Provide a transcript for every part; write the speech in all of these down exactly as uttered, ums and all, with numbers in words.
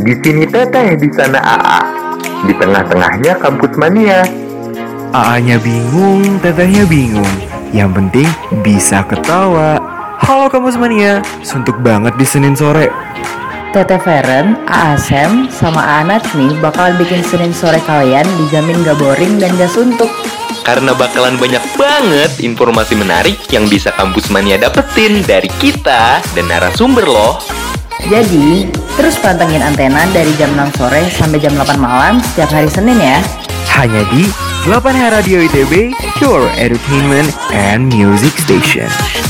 Di sini Teteh, di sana A A. Di tengah-tengahnya kampus mania. A A-nya bingung, Tetehnya bingung. Yang penting bisa ketawa. Halo kampus mania, suntuk banget di Senin sore. Teteh Feren, A A Sam, sama A A Natsmi bakalan bikin Senin sore kalian dijamin gak boring dan gak suntuk. Karena bakalan banyak banget informasi menarik yang bisa kampus mania dapetin dari kita dan narasumber loh. Jadi, terus pantengin antena dari jam enam sore sampai jam delapan malam setiap hari Senin ya. Hanya di delapan H Radio I T B, Your Entertainment and Music Station.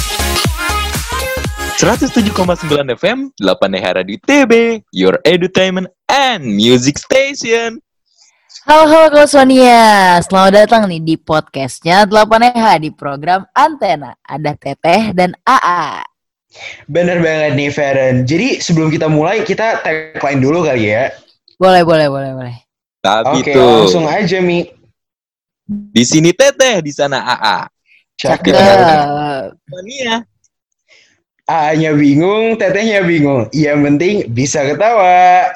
seratus tujuh koma sembilan F M, delapan H Radio I T B, Your Entertainment and Music Station. Halo halo kawan Sonia, selamat datang nih di podcastnya delapan H di program Antena. Ada Teteh dan A A. Bener banget nih Feren. Jadi sebelum kita mulai, kita tagline dulu kali ya. Boleh boleh boleh boleh. Tapi Oke, tuh langsung aja Mi. di sini Teteh, di sana A A. Cakep. Mania. A-nya bingung, tetehnya bingung. Yang penting bisa ketawa.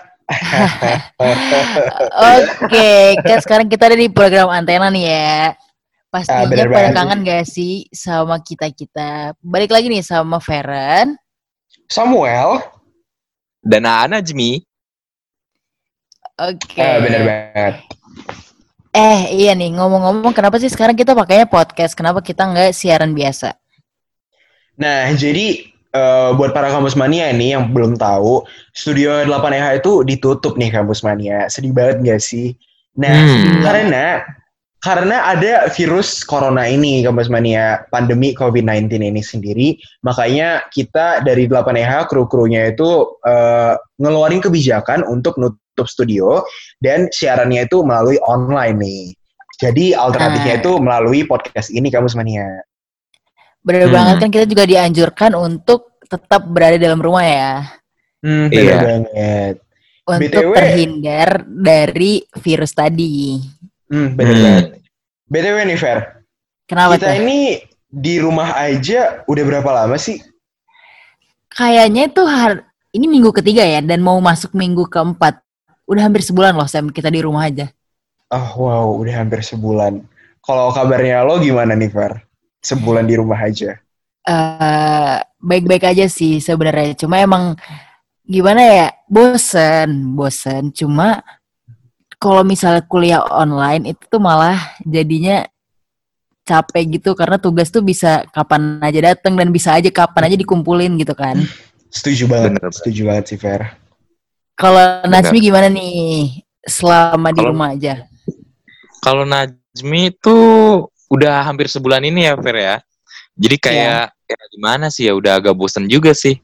Oke, kan sekarang kita ada di program Antena nih ya. Pastinya Ah, bener pada banget. kangen gak sih sama kita-kita. Balik lagi nih sama Feren. Samuel. Dan A A Najmi. Oke. Ah, bener banget. Eh iya nih, ngomong-ngomong kenapa sih sekarang kita pakainya podcast? Kenapa kita nggak siaran biasa? Nah, jadi eh, buat para kampus mania nih yang belum tahu, Studio delapan H itu ditutup nih kampus mania. Sedih banget gak sih? Nah, Hmm. karena karena ada virus corona ini kampus mania, pandemi covid sembilan belas ini sendiri, makanya kita dari delapan H kru-krunya itu eh, ngeluarin kebijakan untuk nutup studio dan siarannya itu melalui online nih. Jadi alternatifnya Ah. itu melalui podcast ini kampus mania. Bener Hmm. banget kan kita juga dianjurkan untuk tetap berada dalam rumah ya, Hmm, bener Iya. banget. untuk B T W. terhindar dari virus tadi. Hmm, bener Hmm. banget. B T W nih Fer, Kenapa kita tuh? ini di rumah aja udah berapa lama sih? Kayaknya tuh har- ini minggu ketiga ya dan mau masuk minggu keempat. Udah hampir sebulan loh Sam kita di rumah aja. Oh wow, udah hampir sebulan. Kalau kabarnya lo gimana nih Fer? Sebulan di rumah aja. Eh baik-baik aja sih sebenarnya. Cuma emang gimana ya? Bosen, bosen. Cuma kalau misalnya kuliah online itu tuh malah jadinya capek gitu karena tugas tuh bisa kapan aja datang dan bisa aja kapan aja dikumpulin gitu kan. Setuju banget, Bener, setuju banget sih Fer. Kalau Benar. Natsmi gimana nih selama di Kalau- rumah aja? Kalau Najmi itu udah hampir sebulan ini ya, Fer ya. Jadi kayak ya gimana sih ya, udah agak bosen juga sih.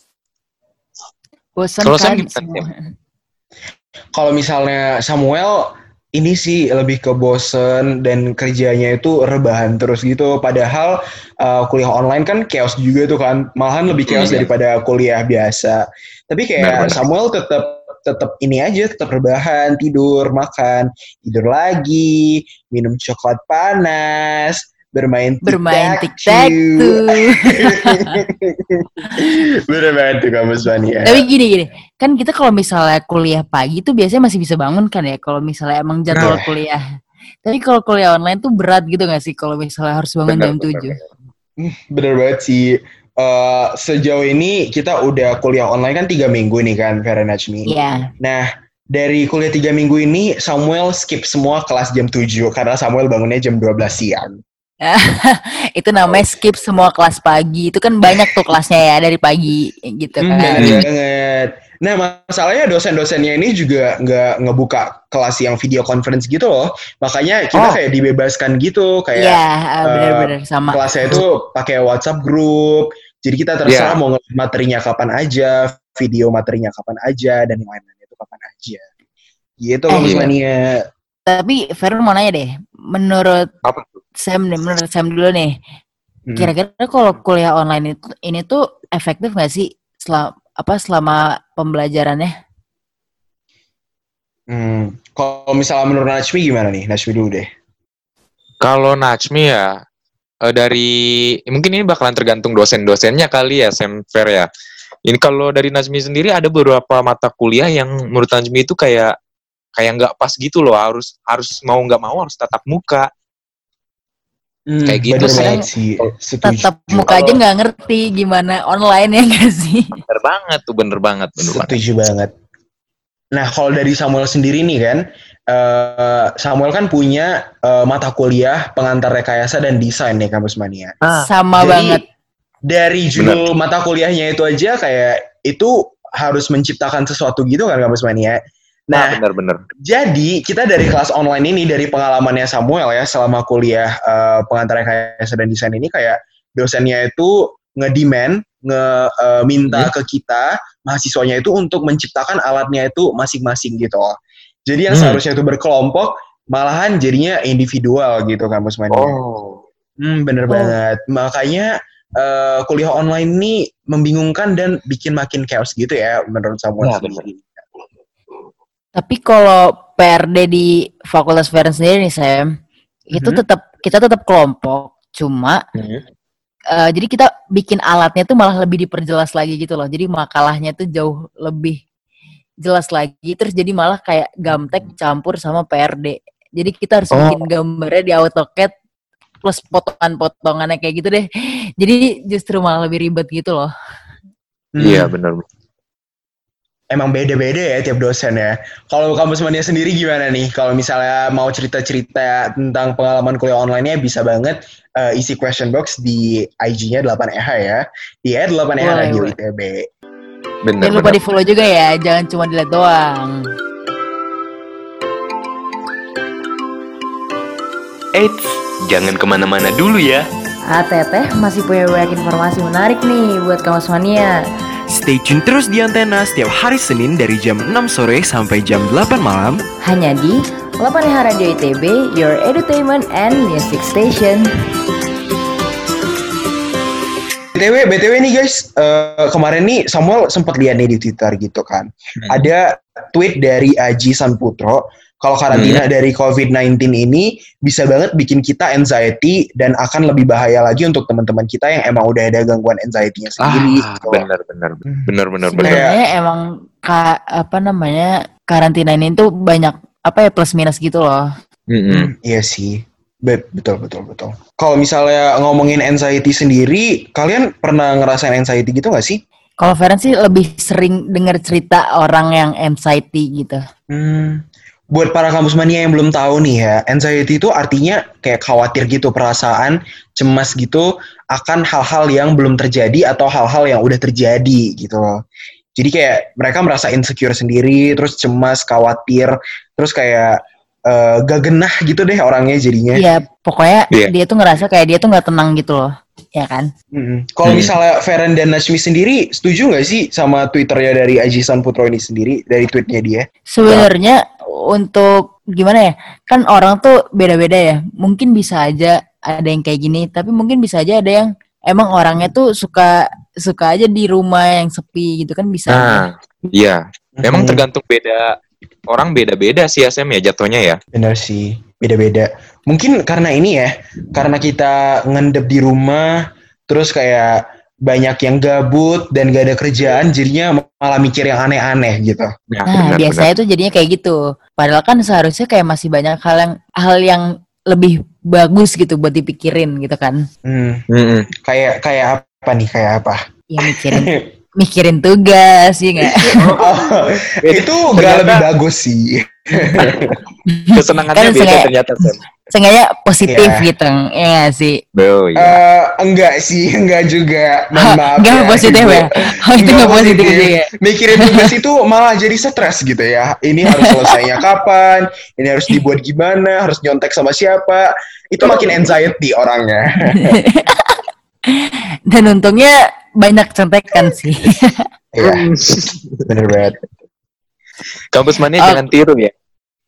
Bosan Kalau Sam kan? gimana, semua. Kalau misalnya Samuel, ini sih lebih ke bosen dan kerjanya itu rebahan terus gitu. Padahal uh, kuliah online kan chaos juga tuh kan. Malahan lebih chaos Iya. daripada kuliah biasa. Tapi kayak Benar-benar. Samuel tetap tetap ini aja, tetap rebahan, tidur, makan, tidur lagi, minum coklat panas, bermain Bermain tic-tac-toe. tic-tac-toe. Bener banget tuh kamu Svania. Tapi gini-gini, kan kita kalau misalnya kuliah pagi tuh biasanya masih bisa bangun kan ya, kalau misalnya emang jadwal Nah. kuliah. Tapi kalau kuliah online tuh berat gitu gak sih kalau misalnya harus bangun Benar, jam benar, tujuh? Bener banget sih. Eh, sejauh ini kita udah kuliah online kan tiga minggu nih kan, Vera Najmi. Iya. Nah, dari kuliah tiga minggu ini, Samuel skip semua kelas jam tujuh karena Samuel bangunnya jam dua belas siang. Itu namanya skip semua kelas pagi. Itu kan banyak tuh kelasnya ya dari pagi gitu Hmm, kan. bener banget. Nah, masalahnya dosen-dosennya ini juga nggak ngebuka kelas yang video conference gitu loh. Makanya kita Oh. kayak dibebaskan gitu, kayak Iya, uh, bener-bener sama. kelasnya itu pakai WhatsApp group. Jadi kita terserah Iya. mau ngeliat materinya kapan aja, video materinya kapan aja, dan yang lain-lainnya itu kapan aja. Gitu loh, Eh, Mas iya. Mania. Tapi Fer mau nanya deh, menurut Apa Sam nih, menurut Sam dulu nih, Hmm. kira-kira kalau kuliah online itu ini tuh efektif nggak sih selama apa selama pembelajarannya? Hmm. Kalau misalnya menurut Najmi gimana nih? Najmi dulu deh. Kalau Najmi ya, eh, dari mungkin ini bakalan tergantung dosen-dosennya kali ya, Sam Fer ya. Ini kalau dari Najmi sendiri ada beberapa mata kuliah yang menurut Najmi itu kayak kayak nggak pas gitu loh, harus harus mau nggak mau harus tatap muka. Hmm, Kayak gitu bener sih. banget sih. Setuju. Tetap muka aja nggak ngerti gimana online ya nggak sih? Bener banget tuh, bener banget, bener banget. Setuju banget. Nah, kalau dari Samuel sendiri nih kan, uh, Samuel kan punya uh, mata kuliah pengantar rekayasa dan desain nih Kampus Mania. Ah, Sama Jadi, banget. dari judul mata kuliahnya itu aja kayak itu harus menciptakan sesuatu gitu kan Kampus Mania. Nah, Nah, bener-bener. jadi kita dari kelas online ini, dari pengalamannya Samuel ya selama kuliah uh, pengantar rekayasa dan desain ini, kayak dosennya itu nge-demand, nge-minta uh, ke kita mahasiswanya itu untuk menciptakan alatnya itu masing-masing gitu. Jadi yang Hmm. seharusnya itu berkelompok malahan jadinya individual gitu Kampus Mania. Oh. Hmm, bener Oh. banget. Makanya uh, kuliah online ini membingungkan dan bikin makin chaos gitu ya menurut Samuel Ya, sendiri. Tapi kalau P R D di Fakultas Veren sendiri nih Sam, itu Mhm. tetap kita tetap kelompok, cuma Hmm. eh, jadi kita bikin alatnya tuh malah lebih diperjelas lagi gitu loh. Jadi makalahnya tuh jauh lebih jelas lagi. Terus jadi malah kayak gamtek campur sama P R D. Jadi kita harus Oh. bikin gambarnya di AutoCAD plus potongan-potongannya kayak gitu deh. Jadi justru malah lebih ribet gitu loh. Hmm. Iya, bener. Emang beda-beda ya tiap dosen ya. Kalau Kampus Mania sendiri gimana nih? Kalau misalnya mau cerita-cerita tentang pengalaman kuliah online-nya, bisa banget uh, isi question box di I G-nya delapan E H ya. Di at delapan E H Boleh, Radio boleh. I T B. Bener, Jangan lupa bener. di follow juga ya, jangan cuma dilihat doang. Eits, jangan kemana-mana dulu ya. Ah, Teteh masih punya banyak informasi menarik nih buat Kampus Mania. Stay tune terus di Antena setiap hari Senin dari jam enam sore sampai jam delapan malam. Hanya di delapan E H Radio I T B, your entertainment and music station. B T W, B T W nih guys, uh, kemarin nih Samuel sempat lihat nih di Twitter gitu kan. Hmm. Ada tweet dari Aji Sanputro, kalau karantina dari covid sembilan belas ini bisa banget bikin kita anxiety dan akan lebih bahaya lagi untuk teman-teman kita yang emang udah ada gangguan anxiety-nya sendiri. Ah, gitu. bener, bener, bener, bener, bener. Sebenarnya emang ka, apa namanya karantina ini tuh banyak apa ya plus minus gitu loh. Mm-mm. Hmm, iya sih. Bet- betul, betul, betul. Kalau misalnya ngomongin anxiety sendiri, kalian pernah ngerasain anxiety gitu gak sih? Kalau Feren sih lebih sering dengar cerita orang yang anxiety gitu. Hmm, buat para kampus mania yang belum tahu nih ya, anxiety itu artinya kayak khawatir gitu, perasaan cemas gitu akan hal-hal yang belum terjadi atau hal-hal yang udah terjadi gitu loh. Jadi kayak mereka merasa insecure sendiri, terus cemas, khawatir, terus kayak uh, gak genah gitu deh orangnya jadinya. Iya, pokoknya Iya. dia tuh ngerasa kayak dia tuh nggak tenang gitu loh, ya kan? Mm-mm. Kalau Hmm. misalnya Feren dan Najmi sendiri, setuju nggak sih sama Twitternya dari Aji Sanputro ini sendiri, dari tweetnya dia? Sebenarnya untuk gimana ya? Kan orang tuh beda-beda ya. Mungkin bisa aja ada yang kayak gini, tapi mungkin bisa aja ada yang emang orangnya tuh suka suka aja di rumah yang sepi gitu kan bisa aja. Nah, iya. Memang Hmm, tergantung beda orang beda-beda sih S M ya jatuhnya ya. benar sih, beda-beda. Mungkin karena ini ya, karena kita ngendep di rumah, terus kayak banyak yang gabut dan gak ada kerjaan, jadinya malah mikir yang aneh-aneh gitu. Nah, Nah, benar, biasanya tuh jadinya kayak gitu. Padahal kan seharusnya kayak masih banyak hal yang hal yang lebih bagus gitu buat dipikirin gitu kan. Hmm, benar. Mm-mm. kayak kayak apa nih? Kayak apa? Ya mikirin mikirin tugas ya nggak? Oh, itu gak Ternyata- lebih bagus sih. Kesenangannya Kan beda sengaja- ternyata Sam. Sengaja positif Iya. gitu, ya nggak sih? Oh iya. Eh, enggak sih, enggak juga. Mohon maaf Nggak ya. positif ya? Oh itu nggak positif juga. Mikirin tugas itu malah jadi stres gitu ya. Ini harus selesainya kapan? Ini harus dibuat gimana? Harus nyontek sama siapa? Itu makin anxiety orangnya. Dan untungnya banyak contekan sih. Iya, bener banget. Kampus mania Oh. jangan tiru ya.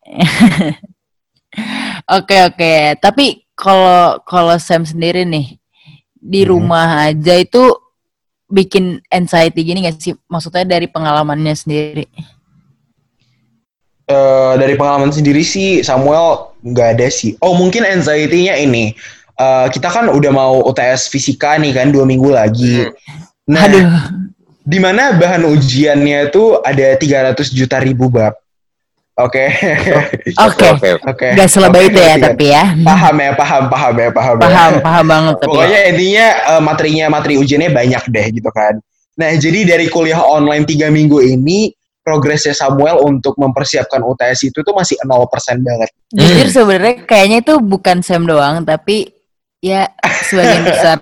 Oke oke, tapi kalau kalau Sam sendiri nih di Hmm. rumah aja itu bikin anxiety gini gak sih? Maksudnya dari pengalamannya sendiri. Eh, dari pengalaman sendiri sih Samuel nggak ada sih. Oh mungkin anxiety-nya ini. Eh, kita kan udah mau U T S fisika nih kan dua minggu lagi. Nah, Aduh, di mana bahan ujiannya itu ada tiga ratus juta ribu bab. Oke. Oke. Oke. Gak selebay itu ya tapi ya. Paham ya, paham, paham ya, paham. Paham, ya. paham banget tapi. Pokoknya ya. intinya uh, materinya, materi ujiannya banyak deh gitu kan. Nah, jadi dari kuliah online tiga minggu ini, progresnya Samuel untuk mempersiapkan U T S itu tuh masih nol persen banget. Jujur sebenarnya kayaknya itu bukan Sam doang, tapi ya sebagian besar.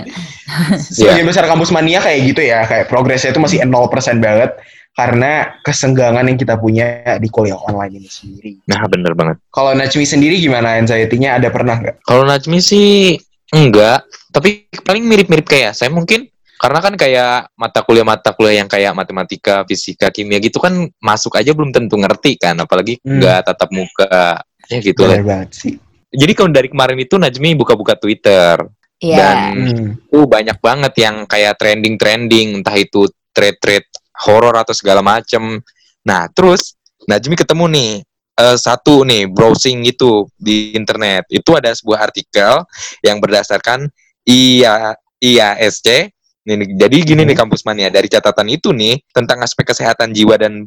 Sebagian besar kampus mania kayak gitu ya, kayak progresnya itu masih nol persen banget. Karena kesenggangan yang kita punya di kuliah online ini sendiri. Nah, bener banget. Kalau Najmi sendiri gimana anxiety-nya? Ada pernah nggak? Kalau Najmi sih enggak, tapi paling mirip-mirip kayak saya mungkin. Karena kan kayak mata kuliah-mata kuliah yang kayak matematika, fisika, kimia gitu kan masuk aja belum tentu ngerti kan. Apalagi Hmm. nggak tatap muka. Ya gitu Bener lah. banget sih. Jadi kalau dari kemarin itu Najmi buka-buka Twitter. Iya. Dan Hmm. itu banyak banget yang kayak trending-trending. Entah itu thread-thread horor atau segala macem. Nah, terus Najmi ketemu nih uh, satu nih browsing gitu di internet. Itu ada sebuah artikel yang berdasarkan I A I A S C. Nih, jadi gini nih kampus mania, dari catatan itu nih tentang aspek kesehatan jiwa dan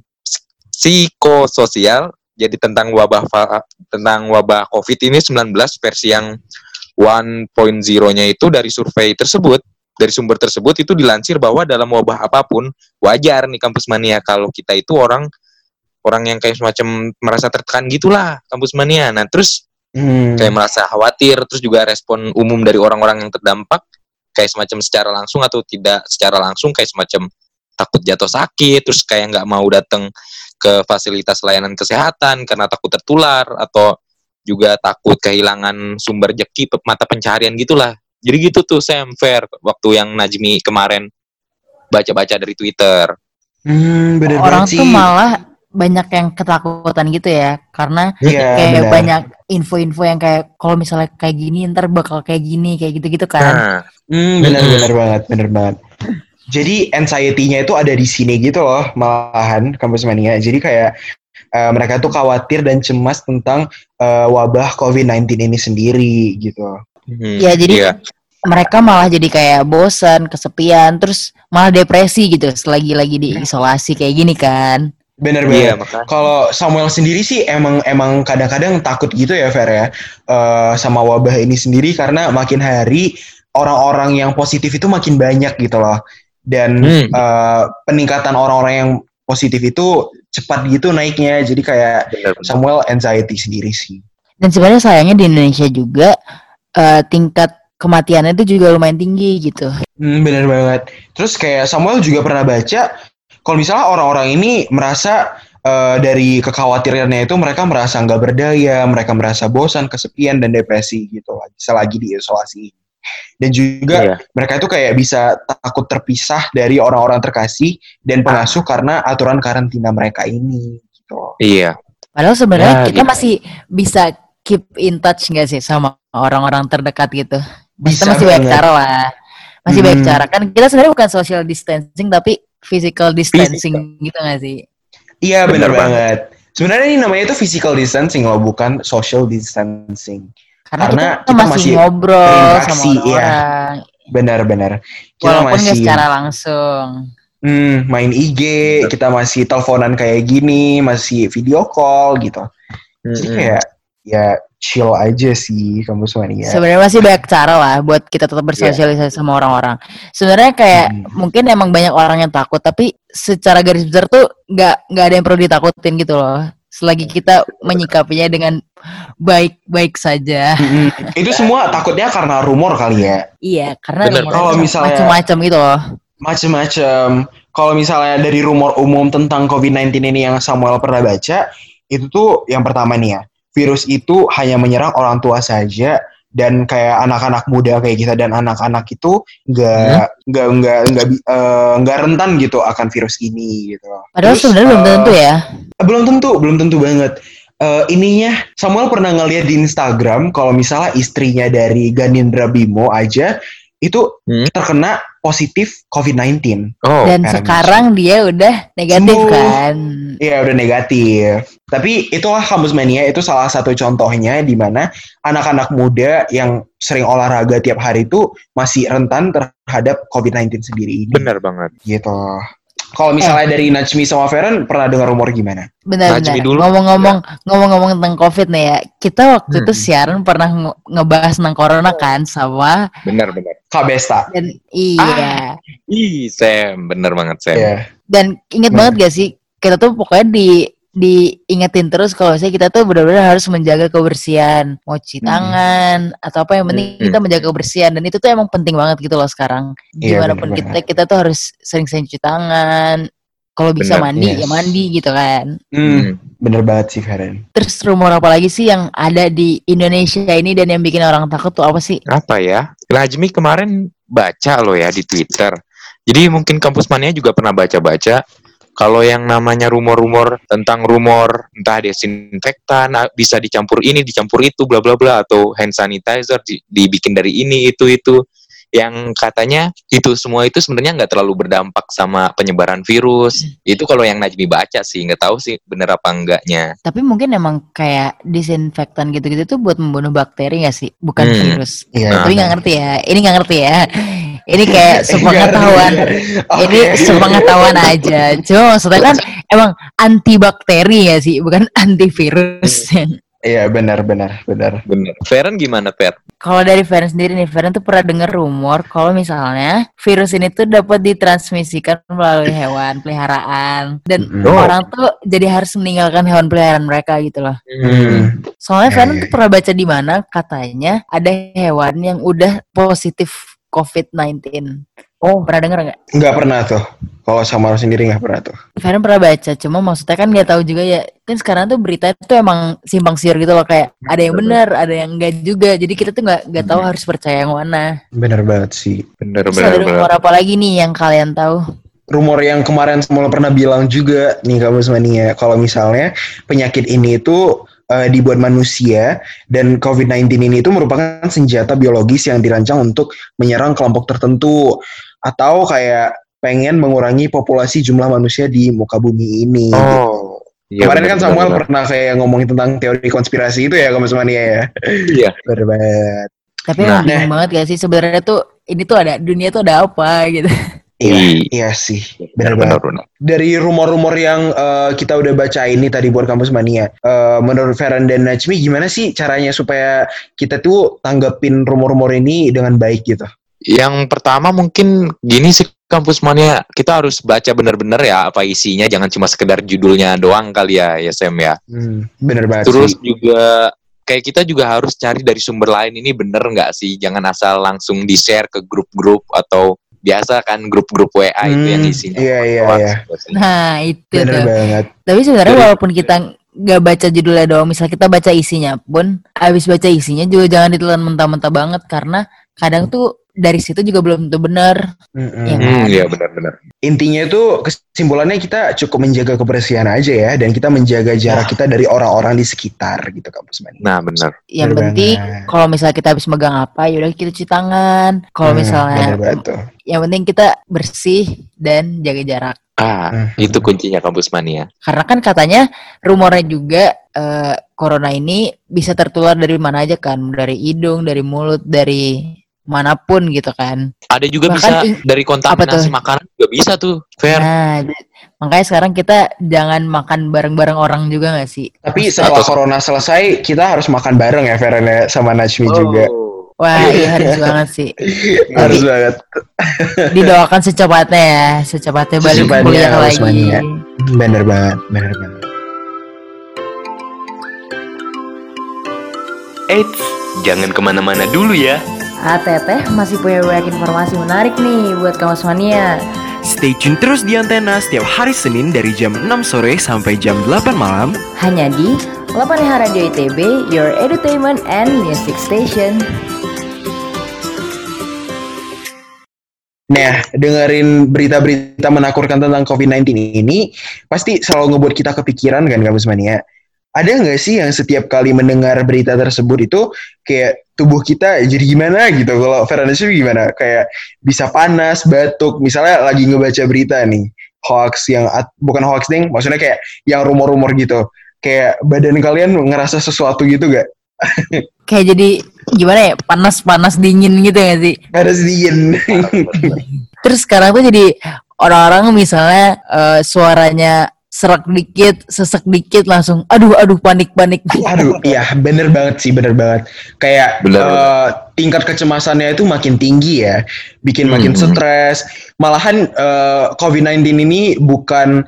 psikososial. Jadi tentang wabah tentang wabah COVID ini sembilan belas versi yang satu titik nol-nya itu dari survei tersebut. Dari sumber tersebut itu dilansir bahwa dalam wabah apapun wajar nih kampus mania kalau kita itu orang orang yang kayak semacam merasa tertekan gitulah kampus mania. Nah terus Hmm. kayak merasa khawatir, terus juga respon umum dari orang-orang yang terdampak kayak semacam secara langsung atau tidak secara langsung kayak semacam takut jatuh sakit, terus kayak nggak mau datang ke fasilitas layanan kesehatan karena takut tertular atau juga takut kehilangan sumber rezeki mata pencaharian gitulah. Jadi gitu tuh Sam Fair waktu yang Najmi kemarin baca-baca dari Twitter. Hmm, bener Orang banget tuh sih. malah banyak yang ketakutan gitu ya, karena Iya, kayak benar. banyak info-info yang kayak kalau misalnya kayak gini ntar bakal kayak gini kayak gitu-gitu kan. Nah, Hmm, benar-benar banget, benar banget. Jadi anxiety-nya itu ada di sini gitu loh, malahan kampus mania. Jadi kayak uh, mereka tuh khawatir dan cemas tentang uh, wabah covid sembilan belas ini sendiri gitu. hmm, Ya jadi iya. mereka malah jadi kayak bosan, kesepian, terus malah depresi gitu selagi lagi diisolasi kayak gini kan. Bener Iya, banget. makanya. Kalau Samuel sendiri sih emang emang kadang-kadang takut gitu ya Fer ya, uh, sama wabah ini sendiri karena makin hari orang-orang yang positif itu makin banyak gitu loh. Dan Hmm. uh, peningkatan orang-orang yang positif itu cepat gitu naiknya. Jadi kayak Bener. Samuel anxiety sendiri sih. Dan sebenarnya sayangnya di Indonesia juga eh, tingkat kematiannya itu juga lumayan tinggi gitu. Hmm, bener banget. Terus kayak Samuel juga pernah baca kalau misalnya orang-orang ini merasa uh, dari kekhawatirannya itu mereka merasa nggak berdaya, mereka merasa bosan, kesepian dan depresi gitu lagi selagi diisolasi. Dan juga Iya. mereka itu kayak bisa takut terpisah dari orang-orang terkasih dan pengasuh karena aturan karantina mereka ini gitu. Iya. Padahal sebenarnya Ya, kita gitu. masih bisa keep in touch nggak sih sama orang-orang terdekat gitu. Bisa Kita masih banyak banget. cara lah. Masih banyak Hmm. cara kan. Kita sebenarnya bukan social distancing tapi physical distancing gitu nggak sih? Iya bener, Bener banget. Sebenarnya ini namanya itu physical distancing loh, bukan social distancing. Karena, Karena kita, kita masih, masih ngobrol berinteraksi, sama orang-orang. Benar-benar. Kita Walaupun nggak masih secara langsung. hmm, main I G, kita masih teleponan kayak gini, masih video call gitu. Jadi Mm-mm. kayak ya chill aja sih kampus mania. Sebenarnya masih banyak cara lah buat kita tetap bersosialisasi sama orang-orang. Sebenarnya kayak Hmm. mungkin emang banyak orang yang takut, tapi secara garis besar tuh nggak nggak ada yang perlu ditakutin gitu loh. Selagi kita menyikapinya dengan baik-baik saja. Mm-mm. Itu semua takutnya karena rumor kali ya. Iya, karena Bener. rumornya Kalau tuh misalnya- macam-macam gitu loh. Macem-macem. Kalau misalnya dari rumor umum tentang covid sembilan belas ini yang Samuel pernah baca, itu tuh yang pertama nih ya, virus itu hanya menyerang orang tua saja dan kayak anak-anak muda kayak kita dan anak-anak itu nggak nggak nggak nggak bi- eh, nggak rentan gitu akan virus ini gitu. Padahal Terus, sebenarnya belum eh, tentu ya. Belum tentu, belum tentu banget. Eh, ininya Samuel pernah ngeliat di Instagram kalau misalnya istrinya dari Ganindra Bimo aja itu Hmm? terkena positif covid sembilan belas. Oh, Dan karena sekarang dia udah negatif sembuh. kan. Iya udah negatif. Tapi itulah Kampus Mania, itu salah satu contohnya di mana anak-anak muda yang sering olahraga tiap hari itu masih rentan terhadap covid sembilan belas sendiri ini. benar banget. Gitu. Kalau misalnya dari Najmi sama Feren pernah dengar rumor gimana? Benar-benar. Najmi dulu. Ngomong-ngomong, ngomong-ngomong tentang COVID nih ya. Kita waktu Hmm. itu siaran pernah nge- ngebahas tentang corona kan sama Benar-benar. Kak Besta. dan iya. Ih, Sam, bener banget Sam. Iya. Dan inget Hmm. banget gak sih, kita tuh pokoknya di diingetin terus kalau misalnya kita tuh benar-benar harus menjaga kebersihan, mau cuci Hmm. tangan atau apa yang penting Hmm. kita menjaga kebersihan, dan itu tuh emang penting banget gitu loh sekarang. Iya, Gimana pun bener kita banget. kita tuh harus sering-sering cuci tangan. Kalau bisa Bener, mandi yes. ya mandi gitu kan. Hmm, bener banget sih Feren. Terus rumor apa lagi sih yang ada di Indonesia ini dan yang bikin orang takut tuh apa sih? Apa ya? Najmi kemarin baca loh ya di Twitter. Jadi mungkin Kampus Mania juga pernah baca-baca kalau yang namanya rumor-rumor tentang rumor entah desinfektan ah, bisa dicampur ini, dicampur itu, bla bla bla, atau hand sanitizer di- dibikin dari ini itu itu, yang katanya itu semua itu sebenarnya nggak terlalu berdampak sama penyebaran virus. Itu kalau yang Najmi baca sih, nggak tahu sih bener apa enggaknya. Tapi mungkin emang kayak disinfektan gitu-gitu tuh buat membunuh bakteri gak sih? Bukan Hmm. virus. Iya. Tapi nggak ngerti ya. Ini nggak ngerti ya. Ini kayak sepengetahuan. Ini sepengetahuan aja. Cuma maksudnya kan emang antibakteri ya sih, bukan antivirus. Iya benar benar benar. Bener. Feren gimana, Fer? Kalau dari Feren sendiri nih, Feren tuh pernah dengar rumor kalau misalnya virus ini tuh dapat ditransmisikan melalui hewan peliharaan, dan Mm-mm. Oh. orang tuh jadi harus meninggalkan hewan peliharaan mereka gitu loh. Hmm. Soalnya Ya, Feren ya, tuh pernah baca di mana katanya ada hewan yang udah positif covid sembilan belas. Oh, pernah dengar nggak? Nggak pernah tuh. Kalau sama sendiri nggak pernah tuh. Feren pernah baca, cuma maksudnya kan nggak tahu juga ya. Kan sekarang tuh berita itu emang simpang siur gitu loh, kayak ada yang benar, ada yang enggak juga. Jadi kita tuh nggak nggak tahu harus percaya yang mana. Bener banget sih. Bener Terus bener ada bener. rumor apa lagi nih yang kalian tahu? Rumor yang kemarin semula pernah bilang juga nih Kampus Mania, kalau misalnya penyakit ini itu eh, dibuat manusia dan covid sembilan belas ini itu merupakan senjata biologis yang dirancang untuk menyerang kelompok tertentu atau kayak pengen mengurangi populasi jumlah manusia di muka bumi ini. gitu. Oh. Iya, Kemarin bener, kan bener, Samuel bener. pernah kayak ngomongin tentang teori konspirasi itu ya Kampus Mania ya. Iya. Bener banget. Tapi Nah. emang bingung banget gak sih sebenarnya tuh ini tuh ada dunia tuh ada apa gitu. Iya, Iya. iya sih. Bener Bener banget. bener. Dari rumor-rumor yang eh, kita udah baca ini tadi buat Kampus Mania, eh, menurut Feren dan Najmi gimana sih caranya supaya kita tuh tanggapin rumor-rumor ini dengan baik gitu? Yang pertama mungkin gini sih Kampus Mania, kita harus baca bener-bener ya apa isinya, jangan cuma sekedar judulnya doang kali ya, ya Sam ya. Hmm, bener banget Terus sih. juga kayak kita juga harus cari dari sumber lain ini bener nggak sih, jangan asal langsung di-share ke grup-grup atau biasa kan grup-grup W A itu Hmm, yang isinya. iya, iya, hoax iya. biasanya. Nah itu Bener tuh. banget. Tapi sebenarnya Dari- walaupun kita nggak baca judulnya doang, misal kita baca isinya pun, abis baca isinya juga jangan ditelan mentah-mentah banget, karena kadang tuh dari situ juga belum tentu benar. Mm-mm. Iya. Hmm, iya benar-benar. Intinya tuh kesimpulannya kita cukup menjaga kebersihan aja ya, dan kita menjaga jarak kita dari orang-orang di sekitar gitu Kampus Mania. Nah benar. Yang Bener penting banget. kalau misalnya kita habis megang apa, yaudah kita cuci tangan. Kalau Hmm, misalnya bener banget tuh. yang penting kita bersih dan jaga jarak. Ah, Hmm. itu kuncinya Kampus Mania. Karena kan katanya rumornya juga eh, corona ini bisa tertular dari mana aja kan, dari hidung, dari mulut, dari manapun gitu kan. Ada juga Bahkan bisa ing- dari apa kontaminasi tuh? makanan juga bisa tuh, Fer. Nah, j- makanya sekarang kita jangan makan bareng-bareng orang juga gak sih? Tapi setelah Atau- corona selesai, kita harus makan bareng ya Feren ya, sama Najmi juga. Wah, iya harus banget sih. Harus banget. Didoakan secepatnya ya, secepatnya balik Secepatnya kuliah harus lagi. mania. Bener banget, bener banget. Eits, jangan kemana-mana dulu ya. Ah, Teteh masih punya banyak informasi menarik nih buat kamu semuanya. Stay tune terus di Antena setiap hari Senin dari jam enam sore sampai jam delapan malam. Hanya di delapan H Radio I T B, your entertainment and music station. Nah, dengerin berita-berita menakutkan tentang covid sembilan belas ini, pasti selalu ngebuat kita kepikiran kan Kampus Mania. ada nggak sih yang setiap kali mendengar berita tersebut itu kayak tubuh kita jadi gimana gitu? Kalau Fernandes gimana? Kayak bisa panas, batuk. Misalnya lagi ngebaca berita nih, hoax yang bukan hoax nih, maksudnya kayak yang rumor-rumor gitu. Kayak badan kalian ngerasa sesuatu gitu gak? Kayak jadi gimana ya, panas-panas dingin gitu gak sih? Panas dingin. Terus sekarang tuh jadi orang-orang misalnya uh, suaranya serak dikit, sesek dikit langsung aduh aduh panik-panik. Aduh, iya bener banget sih, bener banget. Kayak Bener, uh, tingkat kecemasannya itu makin tinggi ya, bikin makin Hmm. stres. Malahan uh, covid sembilan belas ini bukan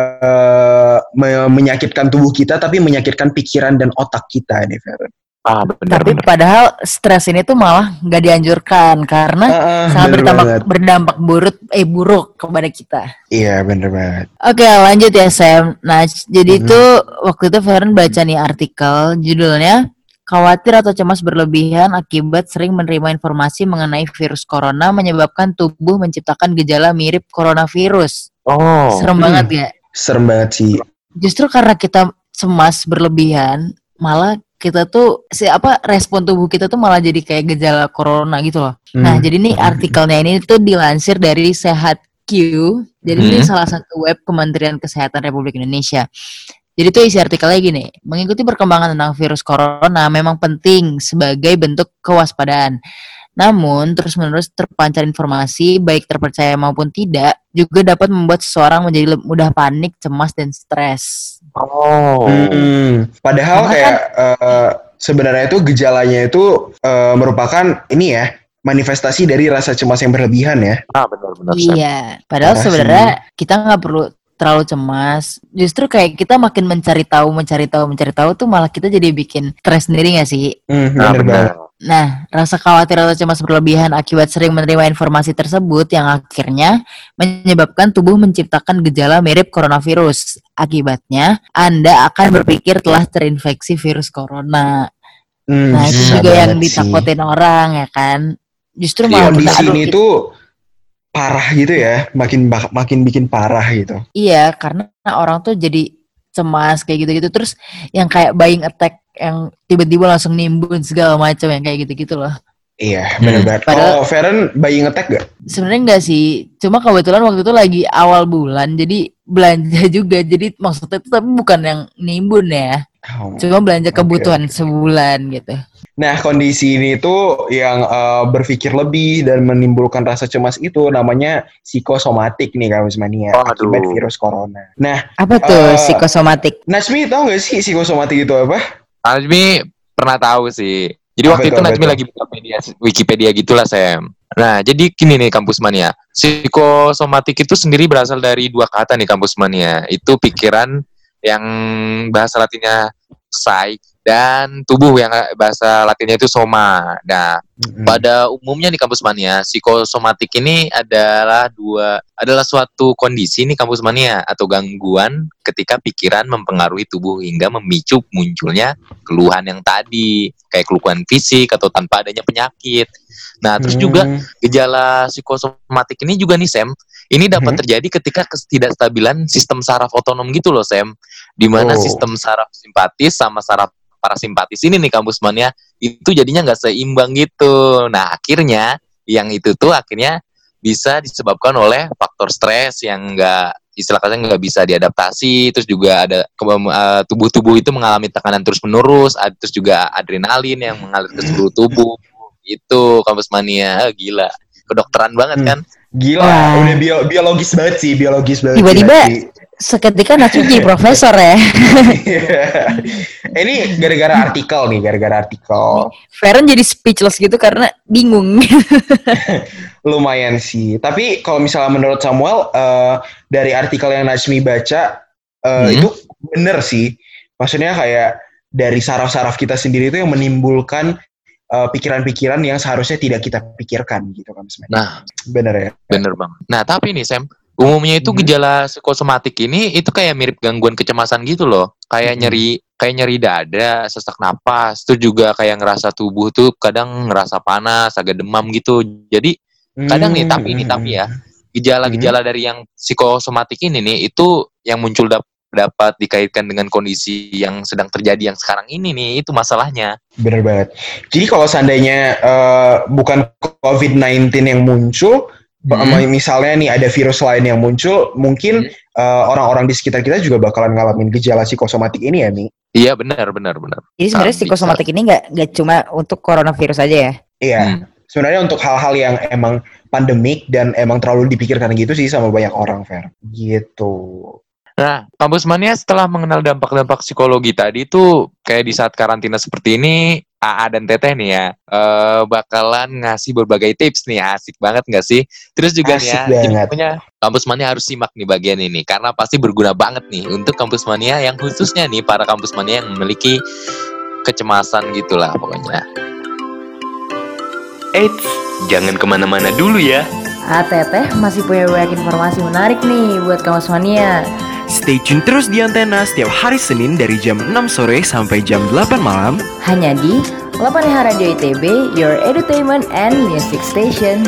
uh, me- menyakitkan tubuh kita, tapi menyakitkan pikiran dan otak kita nih, Feren. Ah, benar Tapi benar. padahal stres ini tuh malah nggak dianjurkan karena Ah, ah, sangat bener berdampak banget. berdampak buruk eh buruk kepada kita. Iya, bener banget. Oke, lanjut ya Sam. Nah, jadi Mhm. itu waktu itu Feren baca nih artikel judulnya khawatir atau cemas berlebihan akibat sering menerima informasi mengenai virus corona menyebabkan tubuh menciptakan gejala mirip coronavirus. Oh. Serem Hmm. banget ya. Serem banget sih. Justru karena kita cemas berlebihan, malah kita tuh si apa respon tubuh kita tuh malah jadi kayak gejala corona gitu loh. Nah, Hmm. jadi nih artikelnya ini tuh dilansir dari Sehat Q. Jadi ini Hmm. salah satu web Kementerian Kesehatan Republik Indonesia. Jadi tuh isi artikelnya gini, mengikuti perkembangan tentang virus corona memang penting sebagai bentuk kewaspadaan. Namun, terus-menerus terpancar informasi, baik terpercaya maupun tidak, juga dapat membuat seseorang menjadi le- mudah panik, cemas, dan stres. Oh. Hmm. Padahal Karena kayak uh, sebenarnya itu gejalanya itu uh, merupakan ini ya, manifestasi dari rasa cemas yang berlebihan ya. Ah, benar benar. Sam. Iya, padahal Parah sebenarnya kita nggak perlu terlalu cemas. Justru kayak kita makin mencari tahu, mencari tahu, mencari tahu tuh malah kita jadi bikin stres sendiri nggak sih? Hmm, Ah, bener banget. benar. Nah, rasa khawatir atau cemas berlebihan akibat sering menerima informasi tersebut yang akhirnya menyebabkan tubuh menciptakan gejala mirip coronavirus. Akibatnya, Anda akan berpikir telah terinfeksi virus corona. Hmm, Nah, itu bisa juga yang banget sih. ditakutin orang ya kan. Justru Iya, malah kita Kondisi aduh ini kita- tuh parah gitu ya, makin bak- makin bikin parah gitu. iya, karena orang tuh jadi cemas kayak gitu-gitu. Terus yang kayak buying attack yang tiba-tiba langsung nimbun segala macam yang kayak gitu-gitu loh. Iya, bener Hmm. banget. Padahal- Kalau Feren buying attack gak? Sebenarnya enggak sih, cuma kebetulan waktu itu lagi awal bulan, jadi belanja juga. Jadi maksudnya itu tapi bukan yang nimbun ya, Oh. cuma belanja Oke, kebutuhan oke. sebulan gitu. Nah, kondisi ini tuh yang uh, berpikir lebih dan menimbulkan rasa cemas itu namanya psikosomatik nih Kamus Mania, Waduh. akibat virus corona. Nah, Apa tuh Eh, psikosomatik? Najmi tau gak sih psikosomatik itu apa? Najmi pernah tahu sih. Jadi Apa waktu itu, itu apa Najmi itu? lagi buka Wikipedia, Wikipedia gitulah, Sam. Nah, jadi gini nih Kampus Mania. Psikosomatik itu sendiri berasal dari dua kata nih Kampus Mania. Itu pikiran yang bahasa Latinnya psyche dan tubuh yang bahasa Latinnya itu soma. Nah, Mm-mm. pada umumnya di kampus mania, psikosomatik ini adalah dua adalah suatu kondisi nih kampus mania atau gangguan ketika pikiran mempengaruhi tubuh hingga memicu munculnya keluhan yang tadi, kayak keluhan fisik atau tanpa adanya penyakit. Nah, terus juga Hmm. gejala psikosomatik ini juga nih Sam, ini dapat Mhm. terjadi ketika ketidakstabilan sistem saraf otonom gitu loh Sam, di mana Oh. sistem saraf simpatis sama saraf parasimpatis ini nih kampus mania itu jadinya nggak seimbang gitu. Nah akhirnya yang itu tuh akhirnya bisa disebabkan oleh faktor stres yang nggak istilah katanya nggak bisa diadaptasi. Terus juga ada ke- uh, tubuh-tubuh itu mengalami tekanan terus menerus. Terus juga adrenalin yang mengalir ke seluruh tubuh. Itu kampus mania. Ah, gila kedokteran banget Hmm. kan. Gila, Wah. udah bio- biologis banget sih, biologis banget. sih, Tiba-tiba Najmi. seketika Najmi jadi profesor ya. Ini gara-gara artikel nih, gara-gara artikel. Feren jadi speechless gitu karena bingung. Lumayan sih. Tapi kalau misalnya menurut Samuel, eh, dari artikel yang Najmi baca, eh, Hmm. itu bener sih. Maksudnya kayak dari saraf-saraf kita sendiri itu yang menimbulkan eh, pikiran-pikiran yang seharusnya tidak kita pikirkan gitu kan sebenarnya. Nah Bener ya. bener banget. Nah tapi nih Sam, umumnya itu Mhm. gejala psikosomatik ini itu kayak mirip gangguan kecemasan gitu loh. Kayak Mhm. nyeri, kayak nyeri dada, sesak napas, terus juga kayak ngerasa tubuh tuh kadang ngerasa panas, agak demam gitu. Jadi kadang nih, tapi ini tapi ya, gejala-gejala dari yang psikosomatik ini nih itu yang muncul dap- dapat dikaitkan dengan kondisi yang sedang terjadi yang sekarang ini nih, itu masalahnya. Bener banget. Jadi kalau seandainya uh, bukan covid sembilan belas yang muncul, hmm. misalnya nih ada virus lain yang muncul, mungkin hmm. uh, orang-orang di sekitar kita juga bakalan ngalamin gejala psikosomatik ini ya, Mi? Iya, benar, benar, benar. Jadi sebenarnya psikosomatik ini nggak nggak cuma untuk coronavirus aja ya? Iya. Hmm. Sebenarnya untuk hal-hal yang emang pandemik dan emang terlalu dipikirkan gitu sih sama banyak orang, Fer. Gitu. Nah, Kampus Mania setelah mengenal dampak-dampak psikologi tadi tuh kayak di saat karantina seperti ini, A A dan Teteh nih ya uh, bakalan ngasih berbagai tips nih, asik banget nggak sih? Terus juga nih ya, jadi pokoknya Kampus Mania harus simak nih bagian ini karena pasti berguna banget nih untuk Kampus Mania yang khususnya nih para Kampus Mania yang memiliki kecemasan gitulah pokoknya. Eits, jangan kemana-mana dulu ya. Ah, Teteh masih punya banyak informasi menarik nih buat Kampus Mania. Stay tune terus di Antena setiap hari Senin dari jam enam sore sampai jam delapan malam. Hanya di delapan H Radio I T B, your entertainment and music station.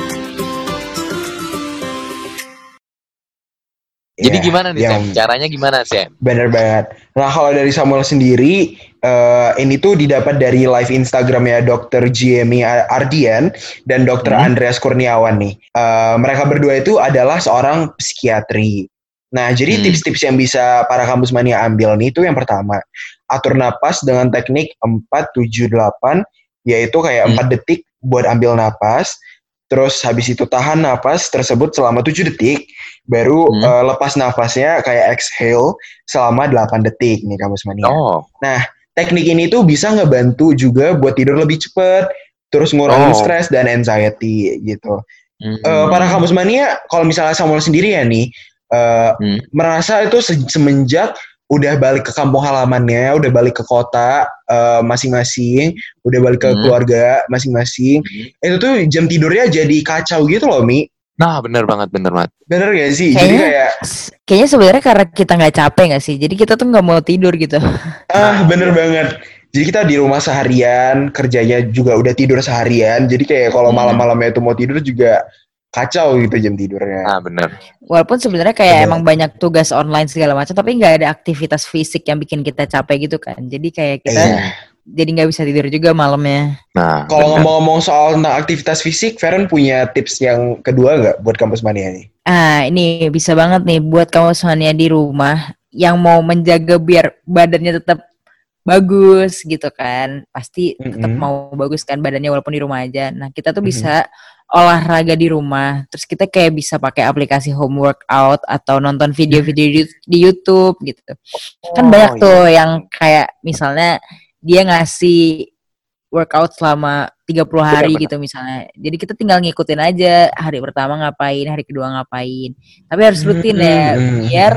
Jadi yeah, gimana nih yang... Sam? Caranya gimana Sam? Bener banget. Nah kalau dari Samuel sendiri, uh, ini tuh didapat dari live Instagramnya dokter Jamie Ardian dan dokter hmm. Andreas Kurniawan nih. Uh, mereka berdua itu adalah seorang psikiatri. Nah, jadi hmm. tips-tips yang bisa para Kampus Mania ambil nih itu yang pertama, atur napas dengan teknik empat tujuh delapan, yaitu kayak hmm. empat detik buat ambil napas, terus habis itu tahan napas tersebut selama tujuh detik, baru hmm. uh, lepas nafasnya kayak exhale selama delapan detik nih Kampus Mania. Oh. Nah, teknik ini tuh bisa ngebantu juga buat tidur lebih cepat, terus ngurangin oh. stres dan anxiety gitu. Hmm. Uh, para Kampus Mania, kalau misalnya Samuel sendiri ya nih, Uh, hmm. merasa itu se- semenjak udah balik ke kampung halamannya, udah balik ke kota uh, masing-masing, udah balik ke hmm. keluarga masing-masing, hmm. itu tuh jam tidurnya jadi kacau gitu loh, Mi. Nah, bener banget, bener banget. Bener gak sih? Kayaknya, jadi kayak kayaknya sebenarnya karena kita nggak capek nggak sih? Jadi kita tuh nggak mau tidur gitu. Ah, bener banget. Jadi kita di rumah seharian, kerjanya juga udah tidur seharian. Jadi kayak kalau hmm. malam-malamnya itu mau tidur juga kacau gitu jam tidurnya. Ah benar. Walaupun sebenarnya kayak bener. Emang banyak tugas online segala macam, tapi nggak ada aktivitas fisik yang bikin kita capek gitu kan. Jadi kayak kita eh. jadi nggak bisa tidur juga malamnya. Nah, kalau ngomong-ngomong soal tentang aktivitas fisik, Feren punya tips yang kedua nggak buat Kampus Mania nih? Ah ini bisa banget nih buat Kampus Mania di rumah yang mau menjaga biar badannya tetap bagus gitu kan. Pasti mm-hmm. tetap mau bagus kan badannya walaupun di rumah aja. Nah kita tuh mm-hmm. bisa olahraga di rumah, terus kita kayak bisa pakai aplikasi home workout atau nonton video-video di, di YouTube gitu. Oh, kan banyak tuh iya. yang kayak misalnya dia ngasih workout selama tiga puluh hari benar, gitu benar. Misalnya. Jadi kita tinggal ngikutin aja hari pertama ngapain, hari kedua ngapain. Tapi harus rutin ya, biar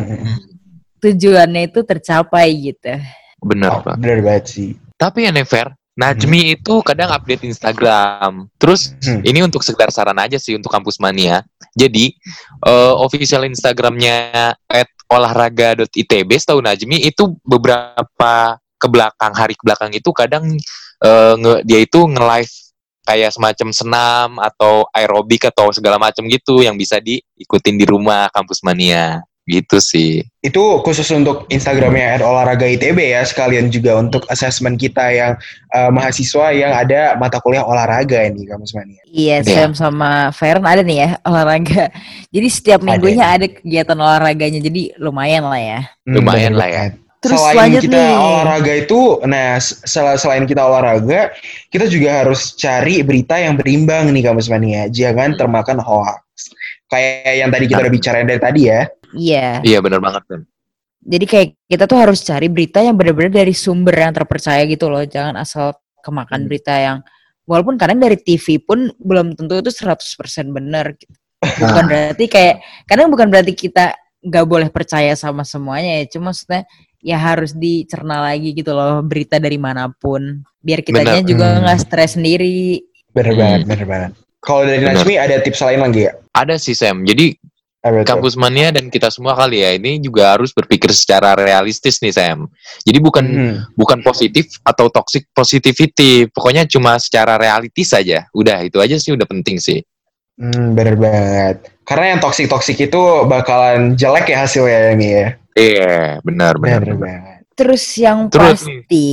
tujuannya itu tercapai gitu. Benar, oh, benar banget sih. Tapi ya Never, Najmi hmm. itu kadang update Instagram. Terus hmm. ini untuk sekedar saran aja sih untuk Kampus Mania. Jadi uh, official Instagramnya at olahraga dot i t b setahu Najmi itu beberapa kebelakang hari kebelakang itu kadang uh, nge, dia itu nge-live kayak semacam senam atau aerobik atau segala macam gitu yang bisa diikutin di rumah Kampus Mania. Gitu sih. Itu khusus untuk Instagramnya at olahraga I T B ya, sekalian juga untuk assessment kita yang uh, mahasiswa yang ada mata kuliah olahraga ini Kampus Mania. Iya, Sam sama Feren ada nih ya olahraga. Jadi setiap minggunya ada, ada kegiatan olahraganya, jadi lumayan lah ya. Hmm, lumayan lah ya. Terus selain kita nih. olahraga itu, nah sel- selain kita olahraga, kita juga harus cari berita yang berimbang nih Kampus Mania. Jangan termakan hoax. Kayak yang tadi kita udah bicarain dari tadi ya. Iya. Iya benar banget kan. Jadi kayak kita tuh harus cari berita yang benar-benar dari sumber yang terpercaya gitu loh. Jangan asal kemakan hmm. berita yang walaupun kadang dari T V pun belum tentu itu seratus persen benar gitu. Bukan berarti kayak kadang bukan berarti kita nggak boleh percaya sama semuanya ya. Cuma maksudnya ya harus dicerna lagi gitu loh berita dari manapun. Biar kitanya bener. juga nggak hmm. stres sendiri. Bener hmm. banget, bener banget. Kalau dari Najmi ada tips lain lagi ya? Ada sih Sam. Jadi Kampus Mania dan kita semua kali ya ini juga harus berpikir secara realistis nih Sam. Jadi bukan hmm. bukan positif atau toxic positivity, pokoknya cuma secara realistis saja. Udah itu aja sih udah penting sih. Hmm, bener banget. Karena yang toxic toxic itu bakalan jelek ya hasilnya ini ya. Iya, benar benar. Bener benar. banget. Terus yang Terus pasti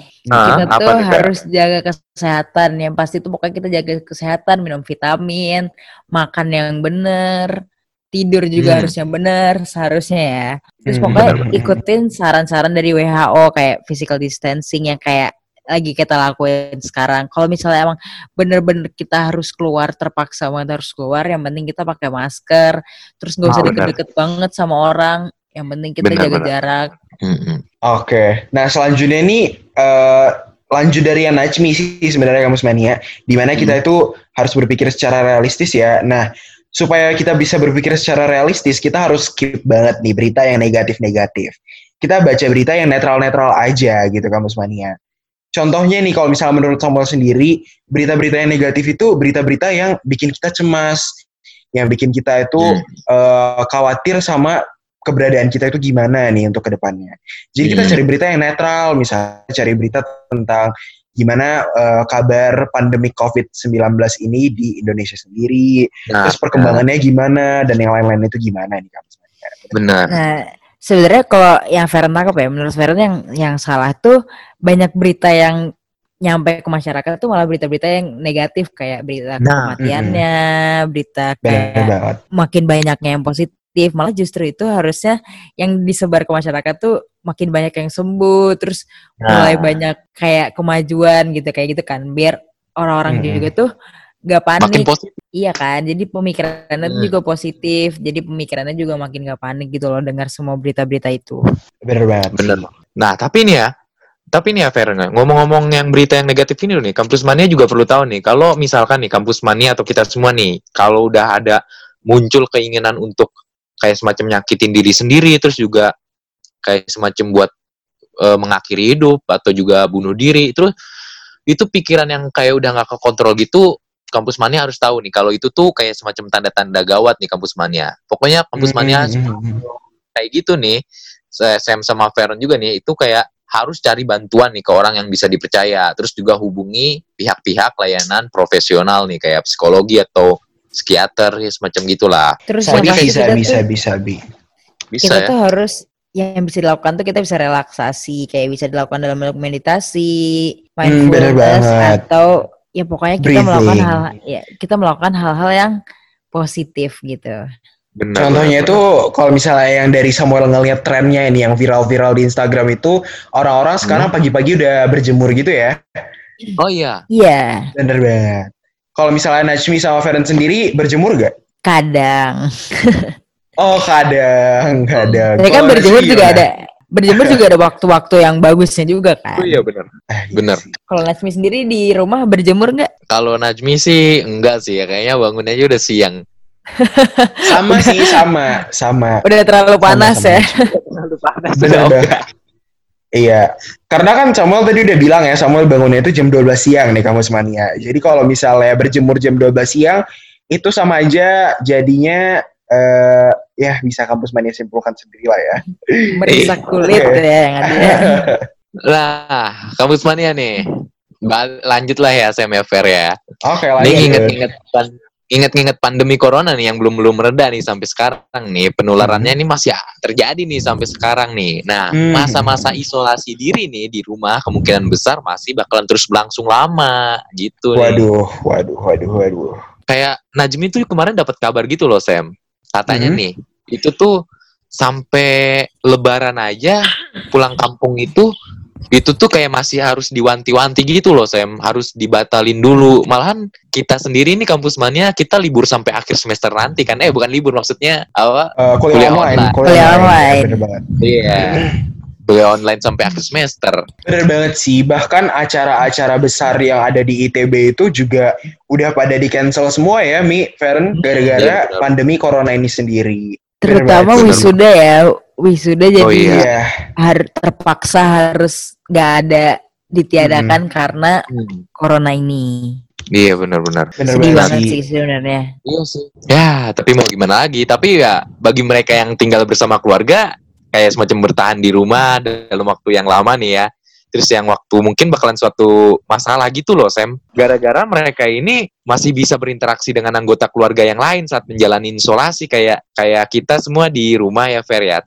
Ah, kita apa tuh nih, Fer? harus jaga kesehatan. Yang pasti tuh pokoknya kita jaga kesehatan, minum vitamin, makan yang bener, tidur juga Hmm. harus yang bener seharusnya ya. Terus Hmm, pokoknya benar, benar. ikutin saran-saran dari W H O kayak physical distancing yang kayak lagi kita lakuin sekarang. Kalau misalnya emang bener-bener kita harus keluar, terpaksa banget harus keluar, yang penting kita pakai masker, terus nggak usah Ah, benar. deket-deket banget sama orang. Yang penting kita Benar, jaga benar. jarak. Mm-mm. Oke, nah selanjutnya nih eh, lanjut dari yang Najmi sih sebenarnya Kamus Mania, di mana kita itu harus berpikir secara realistis ya. Nah, supaya kita bisa berpikir secara realistis, kita harus skip banget nih berita yang negatif-negatif. Kita baca berita yang netral-netral aja gitu Kamus Mania. Contohnya nih kalau misalnya menurut Samuel sendiri, berita-berita yang negatif itu berita-berita yang bikin kita cemas, yang bikin kita itu Hmm. eh, khawatir sama keberadaan kita itu gimana nih untuk kedepannya. Jadi kita Hmm. cari berita yang netral, misalnya cari berita tentang gimana eh, kabar pandemi covid sembilan belas ini di Indonesia sendiri, Nah, terus perkembangannya gimana, dan yang lain-lain itu gimana nih Kamus Mania. benar. Nah, sebenarnya kalau yang Feren tangkap ya, menurut Feren yang yang salah tuh banyak berita yang nyampe ke masyarakat tuh malah berita-berita yang negatif kayak berita Nah, kematiannya, berita Benar kayak banget. makin banyaknya yang positif. Malah justru itu harusnya yang disebar ke masyarakat tuh makin banyak yang sembuh, terus mulai Nah. banyak kayak kemajuan gitu kayak gitu kan, biar orang-orang Mm-mm. juga tuh gak makin panik. positif. Iya kan, jadi pemikirannya Hmm. juga positif, jadi pemikirannya juga makin gak panik gitu loh dengar semua berita-berita itu. Benar banget. Benar. sih. Nah, tapi nih ya, tapi nih ya Fer, ngomong-ngomong yang berita yang negatif ini loh nih, Kampus Mania juga perlu tahu nih, kalau misalkan nih Kampus Mania atau kita semua nih, kalau udah ada muncul keinginan untuk kayak semacam nyakitin diri sendiri, terus juga kayak semacam buat e, mengakhiri hidup atau juga bunuh diri, terus itu pikiran yang kayak udah nggak kekontrol gitu, Kampus Mania harus tahu nih kalau itu tuh kayak semacam tanda-tanda gawat nih Kampus Mania. Pokoknya Kampus Mania Mm-mm. kayak gitu nih, Sam sama Feren juga nih, itu kayak harus cari bantuan nih ke orang yang bisa dipercaya, terus juga hubungi pihak-pihak layanan profesional nih kayak psikologi atau psikiater ya semacam gitulah. Terus Bisa, yang pasti bisa, kita bisa, tuh bisa, bi. Bisa kita ya. tuh harus yang bisa dilakukan tuh kita bisa relaksasi, kayak bisa dilakukan dalam bentuk meditasi, Hmm, bener mindfulness, banget. atau ya pokoknya kita Breathing. melakukan hal ya kita melakukan hal-hal yang positif gitu. Benar, Contohnya benar, itu kalau misalnya yang dari Samuel ngelihat trennya ini yang viral-viral di Instagram itu orang-orang sekarang pagi-pagi udah berjemur gitu ya. benar. Oh iya. Iya, Bener banget. Kalau misalnya Najmi sama Feren sendiri berjemur gak? kadang. Oh kadang, kadang. Tapi kan Kalau berjemur Najmi juga gimana? ada berjemur juga ada waktu-waktu yang bagusnya juga kan. Oh iya benar. Ah, iya Bener. sih. Kalau Najmi sendiri di rumah berjemur nggak? Kalau Najmi sih enggak sih ya, kayaknya bangunnya aja udah siang. Sama sih, sama, sama. Udah terlalu panas Sama-sama. ya. Terlalu panas. Bener banget. Iya, karena kan Samuel tadi udah bilang ya, Samuel bangunnya itu jam dua belas siang nih Kamus Mania. Jadi kalau misalnya berjemur jam dua belas siang, itu sama aja jadinya, eh, ya bisa Kampus Mania simpulkan sendiri lah ya. Merusak kulit Oke. ya yang ada. Lah, Kampus Mania nih. Bal- lanjut lah ya Sam ya, Fer ya. Oke, Ini lanjut. inget-inget pan- inget-inget pandemi corona nih yang belum belum mereda nih sampai sekarang nih, penularannya ini masih terjadi nih sampai sekarang nih. Nah, Hmm. masa-masa isolasi diri nih di rumah kemungkinan besar masih bakalan terus berlangsung lama gitu nih. Waduh, waduh, waduh, waduh. Kayak Najmi tuh kemarin dapat kabar gitu loh Sam, katanya Hmm. nih itu tuh sampai Lebaran aja pulang kampung itu itu tuh kayak masih harus diwanti-wanti gitu loh Sam, harus dibatalin dulu. Malahan kita sendiri nih Kampus Mania kita libur sampai akhir semester nanti kan, eh bukan libur maksudnya apa, Eh, kuliah, Kuliah online, online. Kuliah online. Bener banget. iya kuliah online sampai akhir semester. Bener banget sih, bahkan acara-acara besar yang ada di I T B itu juga udah pada di-cancel semua ya, Mi, Feren, gara-gara Iya, benar. pandemi corona ini sendiri. Terutama Bener banget. wisuda ya, wisuda jadi Oh, iya. Iya, har- terpaksa harus nggak ada ditiadakan karena Hmm. corona ini. Iya benar-benar. bener Sedih banget banget sih. sih sebenarnya. Iya sih. Ya, tapi mau gimana lagi? Tapi ya bagi mereka yang tinggal bersama keluarga kayak semacam bertahan di rumah dalam waktu yang lama nih ya. Terus yang waktu mungkin bakalan suatu masalah gitu loh, Sam. Gara-gara mereka ini masih bisa berinteraksi dengan anggota keluarga yang lain saat menjalani isolasi kayak kayak kita semua di rumah ya, Fer ya. Tapi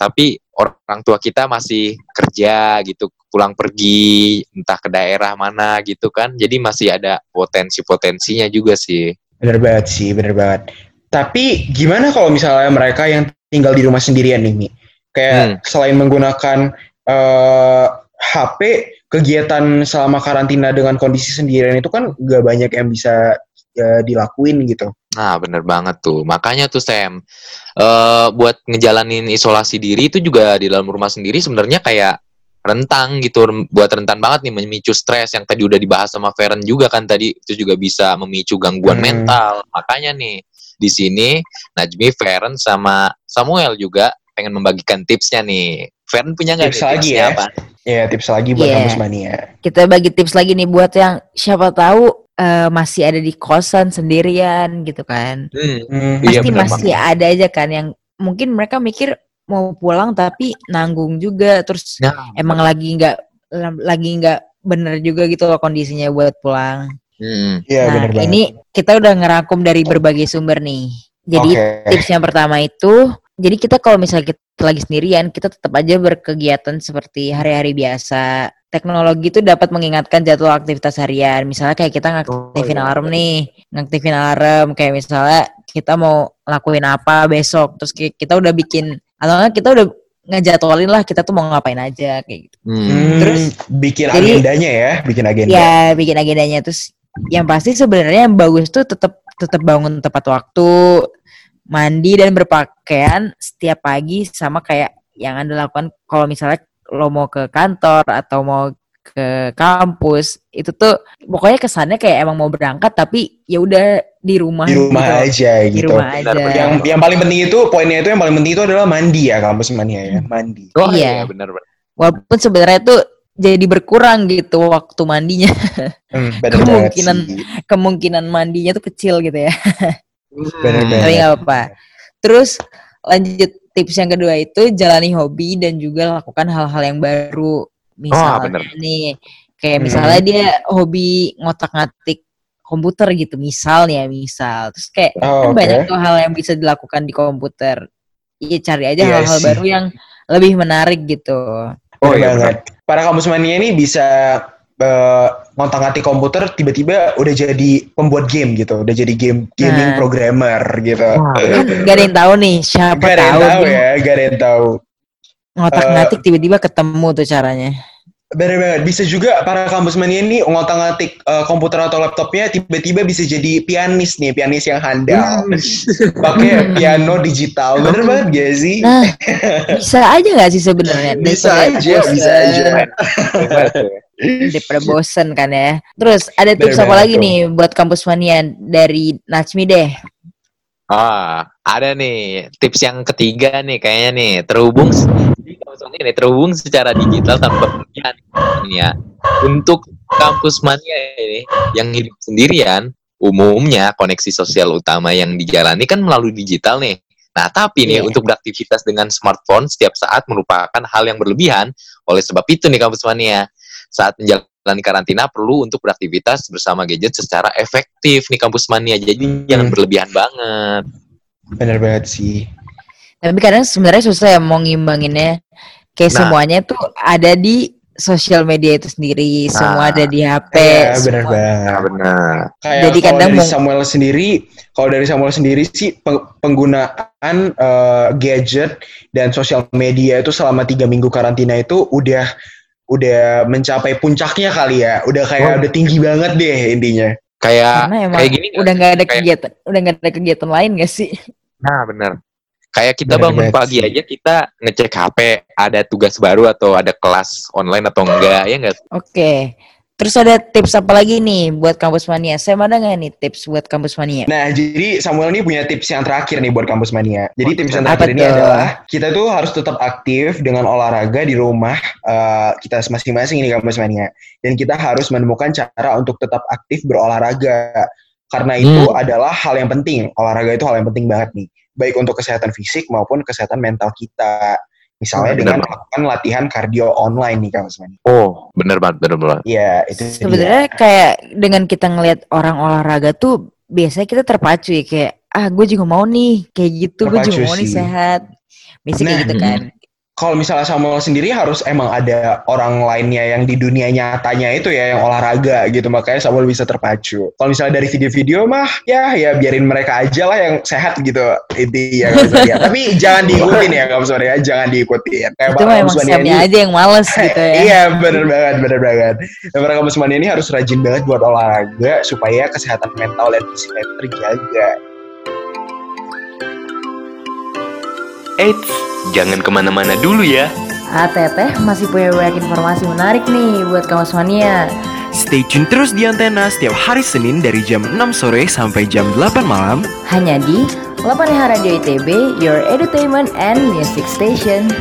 orang tua kita masih kerja gitu, pulang pergi entah ke daerah mana gitu kan. Jadi masih ada potensi-potensinya juga sih. Bener banget sih, bener banget. Tapi gimana kalau misalnya mereka yang tinggal di rumah sendirian nih, Mi? Kayak Hmm. selain menggunakan uh, H P, kegiatan selama karantina dengan kondisi sendirian itu kan gak banyak yang bisa uh, dilakuin gitu. Nah, bener banget tuh. Makanya tuh Sam, eh buat ngejalanin isolasi diri itu juga di dalam rumah sendiri sebenarnya kayak rentang gitu, rem- buat rentan banget nih memicu stres yang tadi udah dibahas sama Feren juga kan tadi, itu juga bisa memicu gangguan Hmm. mental. Makanya nih di sini Najmi, Feren sama Samuel juga pengen membagikan tipsnya nih. Feren punya nggak Tips nih lagi tipsnya ya. apa? Ya, tips lagi buat Iya. Kampus Mania. Kita bagi tips lagi nih buat yang siapa tahu eh, masih ada di kosan sendirian gitu kan. Hmm. Hmm. Iya, Pasti bener masih banget. ada aja kan yang mungkin mereka mikir mau pulang tapi nanggung juga, terus Nah, emang lagi nggak lagi nggak bener juga gitu loh kondisinya buat pulang. hmm. Iya, Nah bener banget. ini kita udah ngerangkum dari berbagai sumber nih. Jadi Oke. tips yang pertama itu, jadi kita kalau misalnya kita lagi sendirian, kita tetap aja berkegiatan seperti hari-hari biasa. Teknologi itu dapat mengingatkan jadwal aktivitas harian. Misalnya kayak kita ngaktifin Oh, iya. alarm nih, ngaktifin alarm kayak misalnya kita mau lakuin apa besok, terus ki- kita udah bikin atau enggak kita udah ngejadwalin lah kita tuh mau ngapain aja kayak gitu. Hmm. Hmm, Terus, bikin jadi- agendanya ya, bikin agenda. Ya bikin agendanya, terus yang pasti sebenarnya yang bagus tuh tetap tetap bangun tepat waktu, mandi dan berpakaian setiap pagi sama kayak yang Anda lakukan kalau misalnya lo mau ke kantor atau mau ke kampus, itu tuh pokoknya kesannya kayak emang mau berangkat tapi ya udah di rumah Di rumah gitu. aja Di gitu. rumah Benar, aja. benar. Yang yang paling penting itu, poinnya itu yang paling penting itu adalah mandi ya, Kampus Mania ya, mandi. Oh Iya. iya, benar-benar. Walaupun sebenarnya tuh jadi berkurang gitu waktu mandinya. Hmm, bener banget Kemungkinan- sih. Kemungkinan mandinya tuh kecil gitu ya. Bener Hmm. banget. Tapi nggak apa-apa. Terus lanjut tips yang kedua itu jalani hobi dan juga lakukan hal-hal yang baru. Misalnya bener. nih, kayak Hmm. misalnya dia hobi ngotak-ngatik komputer gitu, misalnya misal. Terus kayak Oh, kan oke. banyak tuh hal yang bisa dilakukan di komputer. Iya, cari aja Iya hal-hal sih. baru yang lebih menarik gitu. Bener Oh, iya, banget. Para Kampus Mania ini bisa uh, ngontak-ngatik komputer, tiba-tiba udah jadi pembuat game gitu, udah jadi game gaming Nah. programmer gitu. Kan gak ada yang tahu nih, siapa Gak ada yang tahu tahu dia ya, gak ada yang tahu. ngotak-ngatik tiba-tiba ketemu tuh caranya. Bener banget. Bisa juga para Kampus Mania ini ngotak-ngatik uh, komputer atau laptopnya, tiba-tiba bisa jadi pianis nih, pianis yang handal. Pakai piano digital. Bener banget gak sih? Nah, bisa aja nggak sih sebenarnya? Bisa Daripada aja, bosen, bisa aja. Daripada bosen kan ya. Terus ada tips Bener apa banget lagi tuh. nih buat kampus mania dari Najmi deh? Ah, ada nih tips yang ketiga nih kayaknya nih terhubung jadi kampus mania nih terhubung secara digital tanpa pergian ya. Untuk kampus mania ini yang hidup sendirian, umumnya koneksi sosial utama yang dijalani kan melalui digital nih. Nah, tapi nih Iya. untuk beraktivitas dengan smartphone setiap saat merupakan hal yang berlebihan. Oleh sebab itu nih kampus mania, saat menjalani karantina perlu untuk beraktivitas bersama gadget secara efektif nih kampus mania. Jadi Hmm. jangan berlebihan banget. Bener banget sih. Tapi kadang sebenarnya susah ya mau ngimbanginnya. Kayak Nah. semuanya tuh ada di sosial media itu sendiri, Nah. semua ada di H P. Iya, bener semua- banget. benar. Kayak Jadi kalau kadang dari mau- Samuel sendiri, kalau dari Samuel sendiri sih peng- penggunaan eh, gadget dan sosial media itu selama tiga minggu karantina itu udah udah mencapai puncaknya kali ya, udah kayak Oh. udah tinggi banget deh intinya. Kayak Karena emang kayak gini nggak udah sih? nggak ada Kayak- kegiatan, udah nggak ada kegiatan lain gak sih? Nah, benar. Kayak kita Bener bangun banget pagi sih. aja kita ngecek H P, ada tugas baru atau ada kelas online atau enggak, ya enggak? Oke. Terus ada tips apa lagi nih buat kampus mania? Saya ada nggak nih tips buat kampus mania? Nah, jadi Samuel ini punya tips yang terakhir nih buat kampus mania. Jadi tips yang Apa terakhir ini tuh? adalah kita tuh harus tetap aktif dengan olahraga di rumah eh, kita masing-masing ini kampus mania. Dan kita harus menemukan cara untuk tetap aktif berolahraga. Karena itu Hmm. adalah hal yang penting. Olahraga itu hal yang penting banget nih. Baik untuk kesehatan fisik maupun kesehatan mental kita. Misalnya Benar dengan banget. melakukan latihan kardio online nih kampus mania. Oh, bener banget, bener banget. Iya, itu dia. Sebenarnya kayak dengan kita ngelihat orang olahraga tuh biasanya kita terpacu ya kayak ah gue juga mau nih kayak gitu, gue Terpacu juga mau nih sih. sehat. Biasanya kayak Nah, gitu kan. kalau misalnya Samuel sendiri harus emang ada orang lainnya yang di dunia nyatanya itu ya yang olahraga gitu, makanya Samuel bisa terpacu. Kalau misalnya dari video-video mah ya ya biarin mereka aja lah yang sehat gitu itu ya Kamus Mania. Tapi jangan diikutin ya Kamus Mania, jangan diikutin. Kayak Itu memang Samnya aja yang males gitu ya. Iya bener banget, bener banget. Dan para Kamus Mania ini harus rajin banget buat olahraga supaya kesehatan mental dan fisiknya terjaga. Eits, jangan kemana-mana dulu ya. Ah, Teteh masih punya banyak informasi menarik nih buat Kamus Mania. Stay tune terus di Antena setiap hari Senin dari jam enam sore sampai jam delapan malam. Hanya di delapan H Radio I T B, your entertainment and music station.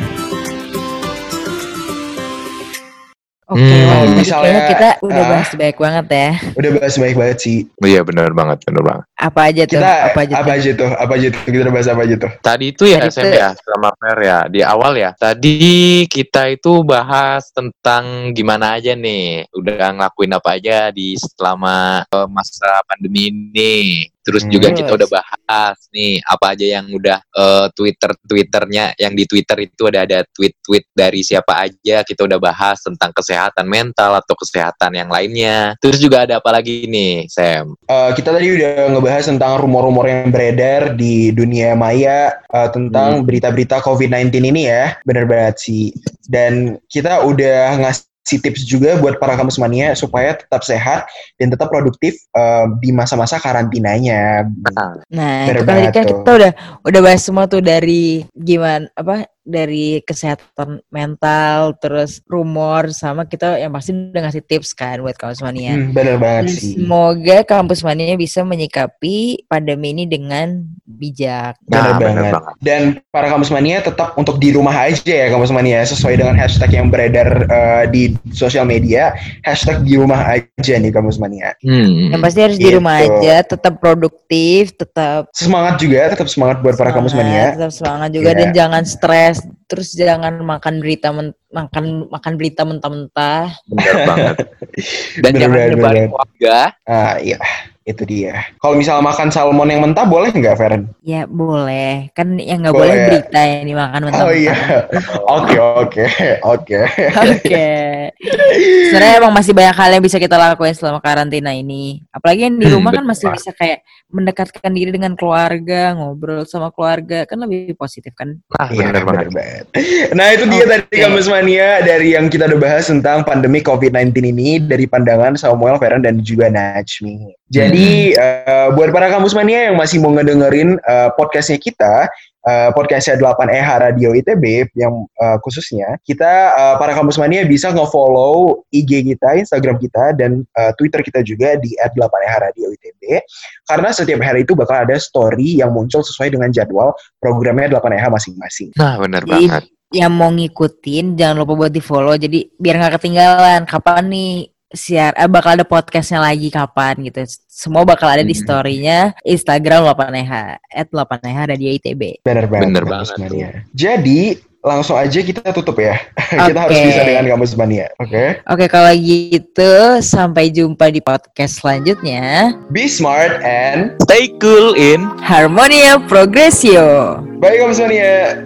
Oke, Hmm, wah, tadi misalnya, kayaknya kita udah ah. bahas baik banget ya. Udah bahas baik banget sih. Iya benar banget, benar banget. Apa aja tuh? Kita apa aja apa tuh? aja tuh? Apa aja tuh? Kita udah bahas apa aja tuh? Tadi itu ya Tadi Sam tuh- ya, sama Fer ya, di awal ya. Tadi kita itu bahas tentang gimana aja nih, udah ngelakuin apa aja di selama eh, masa pandemi ini. Terus Hmm. juga kita Terus. udah bahas nih apa aja yang udah eh, Twitter Twitternya, yang di Twitter itu ada ada tweet-tweet dari siapa aja. Kita udah bahas tentang kesehatan mental atau kesehatan yang lainnya. Terus juga ada apa lagi nih, Sam? Eh, kita tadi udah ngebahas tentang rumor-rumor yang beredar di dunia maya eh, tentang berita-berita covid sembilan belas ini ya. Bener banget sih. Dan kita udah ngasih tips juga buat para Kamus Mania supaya tetap sehat dan tetap produktif eh, di masa-masa karantinanya. Nah, Nah, Bener itu tadi banget kan tuh. kita udah udah bahas semua tuh dari gimana apa dari kesehatan mental, terus rumor, sama kita yang pasti udah ngasih tips kan buat Kampus Mania. Hmm, bener Dan banget sih. semoga Kampus Mania bisa menyikapi pandemi ini dengan bijak. Bener Nah, bener banget. banget. Dan para Kamus Mania tetap untuk di rumah aja ya Kamus Mania, sesuai dengan hashtag yang beredar eh, di sosial media, hashtag di rumah aja nih Kamus Mania. Hmm. Yang pasti harus di Gitu. rumah aja, tetap produktif, tetap Semangat juga, tetap semangat buat para Kamus semangat, Mania. tetap semangat juga, Iya. dan jangan stres, terus jangan makan berita men- makan makan berita mentah-mentah. Bener banget. Dan Bener jangan banget, nyebarin bener keluarga. Ah iya, itu dia. Kalau misalnya makan salmon yang mentah boleh nggak, Feren? Ya boleh, kan yang nggak Boleh boleh ya? berita yang dimakan mentah-mentah. Oh iya, oke oke oke. Oke. Sebenarnya emang masih banyak hal yang bisa kita lakuin selama karantina ini. Apalagi yang di Hmm, rumah kan betul masih banget. bisa kayak mendekatkan diri dengan keluarga, ngobrol sama keluarga, kan lebih positif kan. Ah, Iya, bener banget. bener banget. Nah itu dia Oke. tadi Kamus Mania dari yang kita udah bahas tentang pandemi covid sembilan belas ini dari pandangan Samuel, Feren, dan juga Najmi. Jadi eh, buat para Kamus Mania yang masih mau ngedengerin eh, podcastnya kita, eh, podcastnya delapan E H Radio I T B yang eh, khususnya, kita eh, para Kamus Mania bisa nge-follow I G kita, Instagram kita, dan eh, Twitter kita juga di at delapan E H Radio I T B. Karena setiap hari itu bakal ada story yang muncul sesuai dengan jadwal programnya delapan E H masing-masing. Nah, bener Jadi banget. yang mau ngikutin jangan lupa buat di follow, jadi biar nggak ketinggalan kapan nih siar eh, bakal ada podcastnya lagi kapan gitu. Semua bakal ada di Hmm. story-nya Instagram delapan E H at delapan E H Radio I T B. Bener banget. Bener Kamus banget Mania. Jadi langsung aja kita tutup ya. Kita harus Oke. bisa dengan Kamus Mania. Oke. Oke, kalau gitu sampai jumpa di podcast selanjutnya. Be smart and Stay cool in Harmonia Progresio. bye Kamus Mania.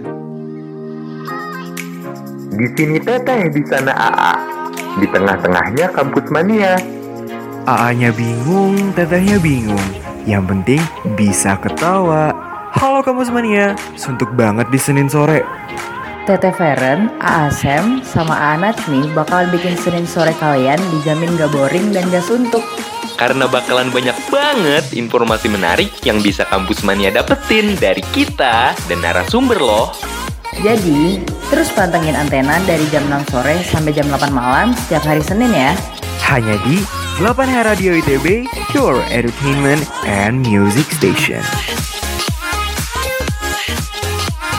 Di sini Teteh, di sana A A. Di tengah-tengahnya Kampus Mania. A A-nya bingung, tetehnya bingung. Yang penting bisa ketawa. Halo Kamus Mania, suntuk banget di Senin sore. Teteh Feren, A A Sam, sama A A Najmi bakal bikin Senin sore kalian dijamin gak boring dan gak suntuk. Karena bakalan banyak banget informasi menarik yang bisa Kampus Mania dapetin dari kita dan narasumber loh. Jadi, terus pantengin Antena dari jam enam sore sampai jam delapan malam setiap hari Senin ya. Hanya di delapan H Radio I T B, your entertainment and music station.